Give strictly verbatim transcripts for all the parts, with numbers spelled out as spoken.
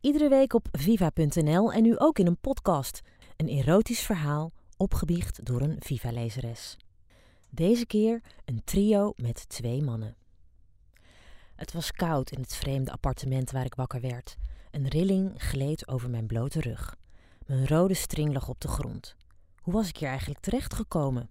Iedere week op viva punt n l en nu ook in een podcast. Een erotisch verhaal, opgebiecht door een Viva-lezeres. Deze keer een trio met twee mannen. Het was koud in het vreemde appartement waar ik wakker werd. Een rilling gleed over mijn blote rug. Mijn rode string lag op de grond. Hoe was ik hier eigenlijk terechtgekomen?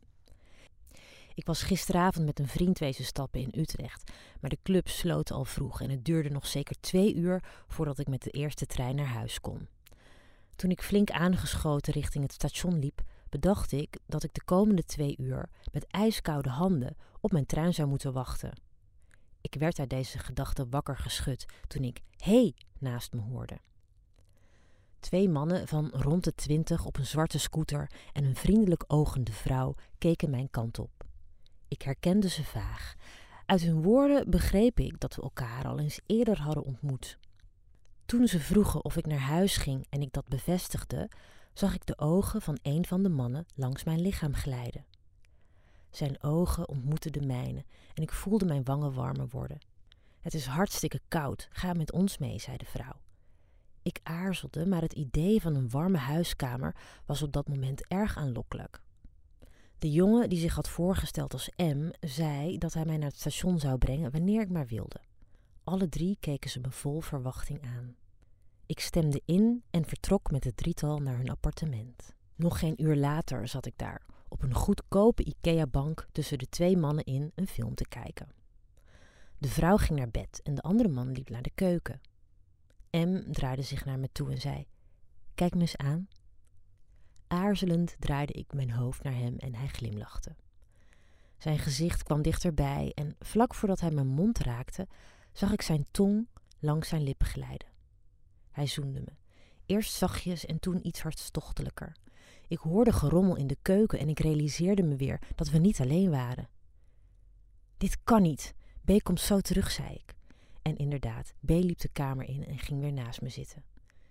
Ik was gisteravond met een vriend wezen stappen in Utrecht, maar de club sloot al vroeg en het duurde nog zeker twee uur voordat ik met de eerste trein naar huis kon. Toen ik flink aangeschoten richting het station liep, bedacht ik dat ik de komende twee uur met ijskoude handen op mijn trein zou moeten wachten. Ik werd uit deze gedachte wakker geschud toen ik "hey" naast me hoorde. Twee mannen van rond de twintig op een zwarte scooter en een vriendelijk ogende vrouw keken mijn kant op. Ik herkende ze vaag. Uit hun woorden begreep ik dat we elkaar al eens eerder hadden ontmoet. Toen ze vroegen of ik naar huis ging en ik dat bevestigde, zag ik de ogen van een van de mannen langs mijn lichaam glijden. Zijn ogen ontmoetten de mijne en ik voelde mijn wangen warmer worden. "Het is hartstikke koud, ga met ons mee," zei de vrouw. Ik aarzelde, maar het idee van een warme huiskamer was op dat moment erg aanlokkelijk. De jongen die zich had voorgesteld als M, zei dat hij mij naar het station zou brengen wanneer ik maar wilde. Alle drie keken ze me vol verwachting aan. Ik stemde in en vertrok met het drietal naar hun appartement. Nog geen uur later zat ik daar, op een goedkope IKEA-bank tussen de twee mannen in een film te kijken. De vrouw ging naar bed en de andere man liep naar de keuken. M draaide zich naar me toe en zei: "Kijk me eens aan." Aarzelend draaide ik mijn hoofd naar hem en hij glimlachte. Zijn gezicht kwam dichterbij en vlak voordat hij mijn mond raakte, zag ik zijn tong langs zijn lippen glijden. Hij zoende me, eerst zachtjes en toen iets hartstochtelijker. Ik hoorde gerommel in de keuken en ik realiseerde me weer dat we niet alleen waren. "Dit kan niet, B komt zo terug," zei ik. En inderdaad, B liep de kamer in en ging weer naast me zitten.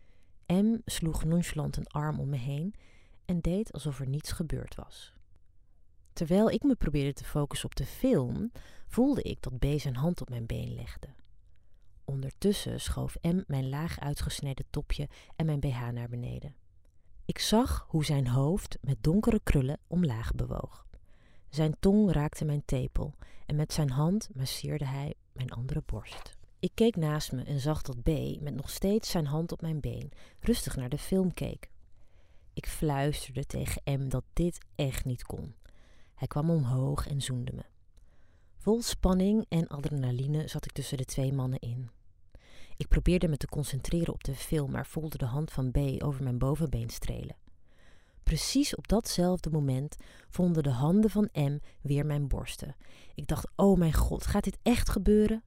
M sloeg nonchalant een arm om me heen en deed alsof er niets gebeurd was. Terwijl ik me probeerde te focussen op de film, voelde ik dat B zijn hand op mijn been legde. Ondertussen schoof M mijn laag uitgesneden topje en mijn B H naar beneden. Ik zag hoe zijn hoofd met donkere krullen omlaag bewoog. Zijn tong raakte mijn tepel en met zijn hand masseerde hij mijn andere borst. Ik keek naast me en zag dat B, met nog steeds zijn hand op mijn been, rustig naar de film keek. Ik fluisterde tegen M dat dit echt niet kon. Hij kwam omhoog en zoende me. Vol spanning en adrenaline zat ik tussen de twee mannen in. Ik probeerde me te concentreren op de film, maar voelde de hand van B over mijn bovenbeen strelen. Precies op datzelfde moment vonden de handen van M weer mijn borsten. Ik dacht: "Oh mijn god, gaat dit echt gebeuren?"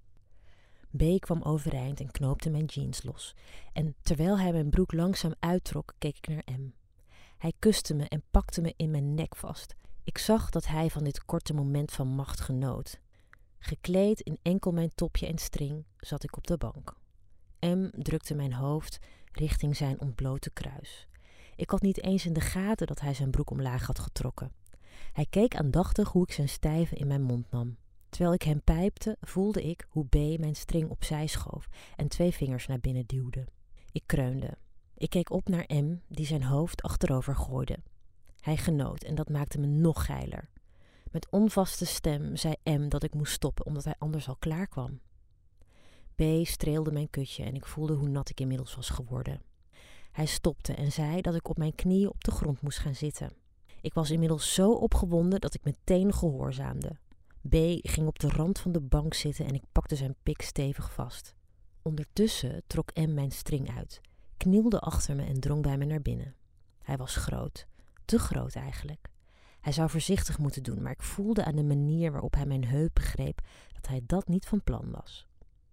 B kwam overeind en knoopte mijn jeans los. En terwijl hij mijn broek langzaam uittrok, keek ik naar M. Hij kuste me en pakte me in mijn nek vast. Ik zag dat hij van dit korte moment van macht genoot. Gekleed in enkel mijn topje en string zat ik op de bank. M drukte mijn hoofd richting zijn ontblote kruis. Ik had niet eens in de gaten dat hij zijn broek omlaag had getrokken. Hij keek aandachtig hoe ik zijn stijve in mijn mond nam. Terwijl ik hem pijpte, voelde ik hoe B mijn string opzij schoof en twee vingers naar binnen duwde. Ik kreunde. Ik keek op naar M, die zijn hoofd achterover gooide. Hij genoot en dat maakte me nog geiler. Met onvaste stem zei M dat ik moest stoppen, omdat hij anders al klaar kwam. B streelde mijn kutje en ik voelde hoe nat ik inmiddels was geworden. Hij stopte en zei dat ik op mijn knieën op de grond moest gaan zitten. Ik was inmiddels zo opgewonden dat ik meteen gehoorzaamde. B ging op de rand van de bank zitten en ik pakte zijn pik stevig vast. Ondertussen trok M mijn string uit, knielde achter me en drong bij me naar binnen. Hij was groot, te groot eigenlijk. Hij zou voorzichtig moeten doen, maar ik voelde aan de manier waarop hij mijn heupen greep dat hij dat niet van plan was.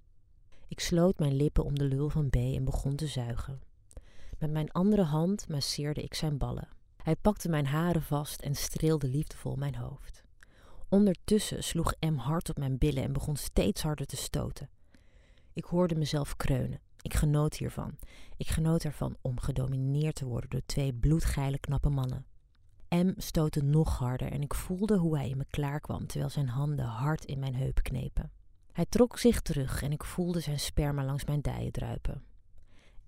Ik sloot mijn lippen om de lul van B en begon te zuigen. Met mijn andere hand masseerde ik zijn ballen. Hij pakte mijn haren vast en streelde liefdevol mijn hoofd. Ondertussen sloeg M hard op mijn billen en begon steeds harder te stoten. Ik hoorde mezelf kreunen. Ik genoot hiervan. Ik genoot ervan om gedomineerd te worden door twee bloedgeile knappe mannen. M stootte nog harder en ik voelde hoe hij in me klaarkwam terwijl zijn handen hard in mijn heup knepen. Hij trok zich terug en ik voelde zijn sperma langs mijn dijen druipen.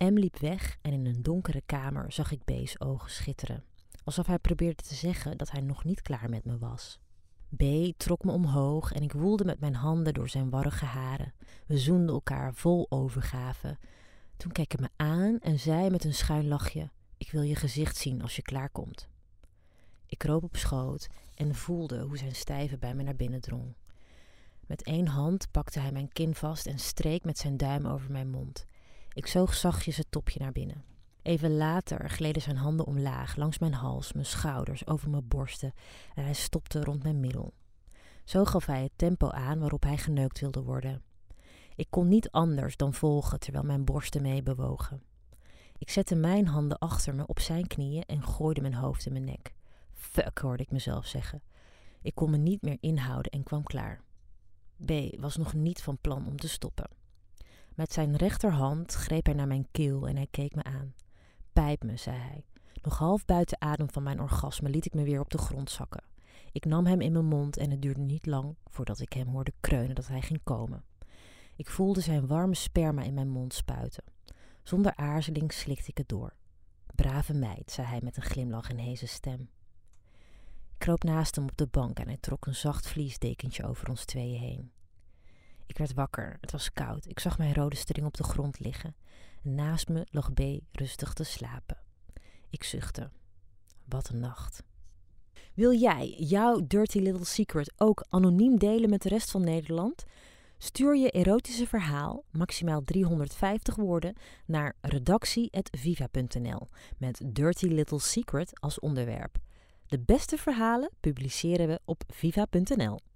M liep weg en in een donkere kamer zag ik B's ogen schitteren. Alsof hij probeerde te zeggen dat hij nog niet klaar met me was. B trok me omhoog en ik woelde met mijn handen door zijn warrige haren. We zoenden elkaar vol overgave. Toen keek hij me aan en zei met een schuin lachje: ik wil je gezicht zien als je klaarkomt. Ik kroop op schoot en voelde hoe zijn stijve bij me naar binnen drong. Met één hand pakte hij mijn kin vast en streek met zijn duim over mijn mond. Ik zoog zachtjes het topje naar binnen. Even later gleden zijn handen omlaag, langs mijn hals, mijn schouders, over mijn borsten en hij stopte rond mijn middel. Zo gaf hij het tempo aan waarop hij geneukt wilde worden. Ik kon niet anders dan volgen terwijl mijn borsten mee bewogen. Ik zette mijn handen achter me op zijn knieën en gooide mijn hoofd in mijn nek. Fuck, hoorde ik mezelf zeggen. Ik kon me niet meer inhouden en kwam klaar. B was nog niet van plan om te stoppen. Met zijn rechterhand greep hij naar mijn keel en hij keek me aan. Pijp me, zei hij. Nog half buiten adem van mijn orgasme liet ik me weer op de grond zakken. Ik nam hem in mijn mond en het duurde niet lang voordat ik hem hoorde kreunen dat hij ging komen. Ik voelde zijn warme sperma in mijn mond spuiten. Zonder aarzeling slikte ik het door. Brave meid, zei hij met een glimlach en heze stem. Ik kroop naast hem op de bank en hij trok een zacht vliesdekentje over ons tweeën heen. Ik werd wakker, het was koud. Ik zag mijn rode string op de grond liggen. En naast me lag B rustig te slapen. Ik zuchtte. Wat een nacht. Wil jij jouw dirty little secret ook anoniem delen met de rest van Nederland? Stuur je erotische verhaal, maximaal driehonderdvijftig woorden, naar redactie at viva punt n l met dirty little secret als onderwerp. De beste verhalen publiceren we op viva punt n l.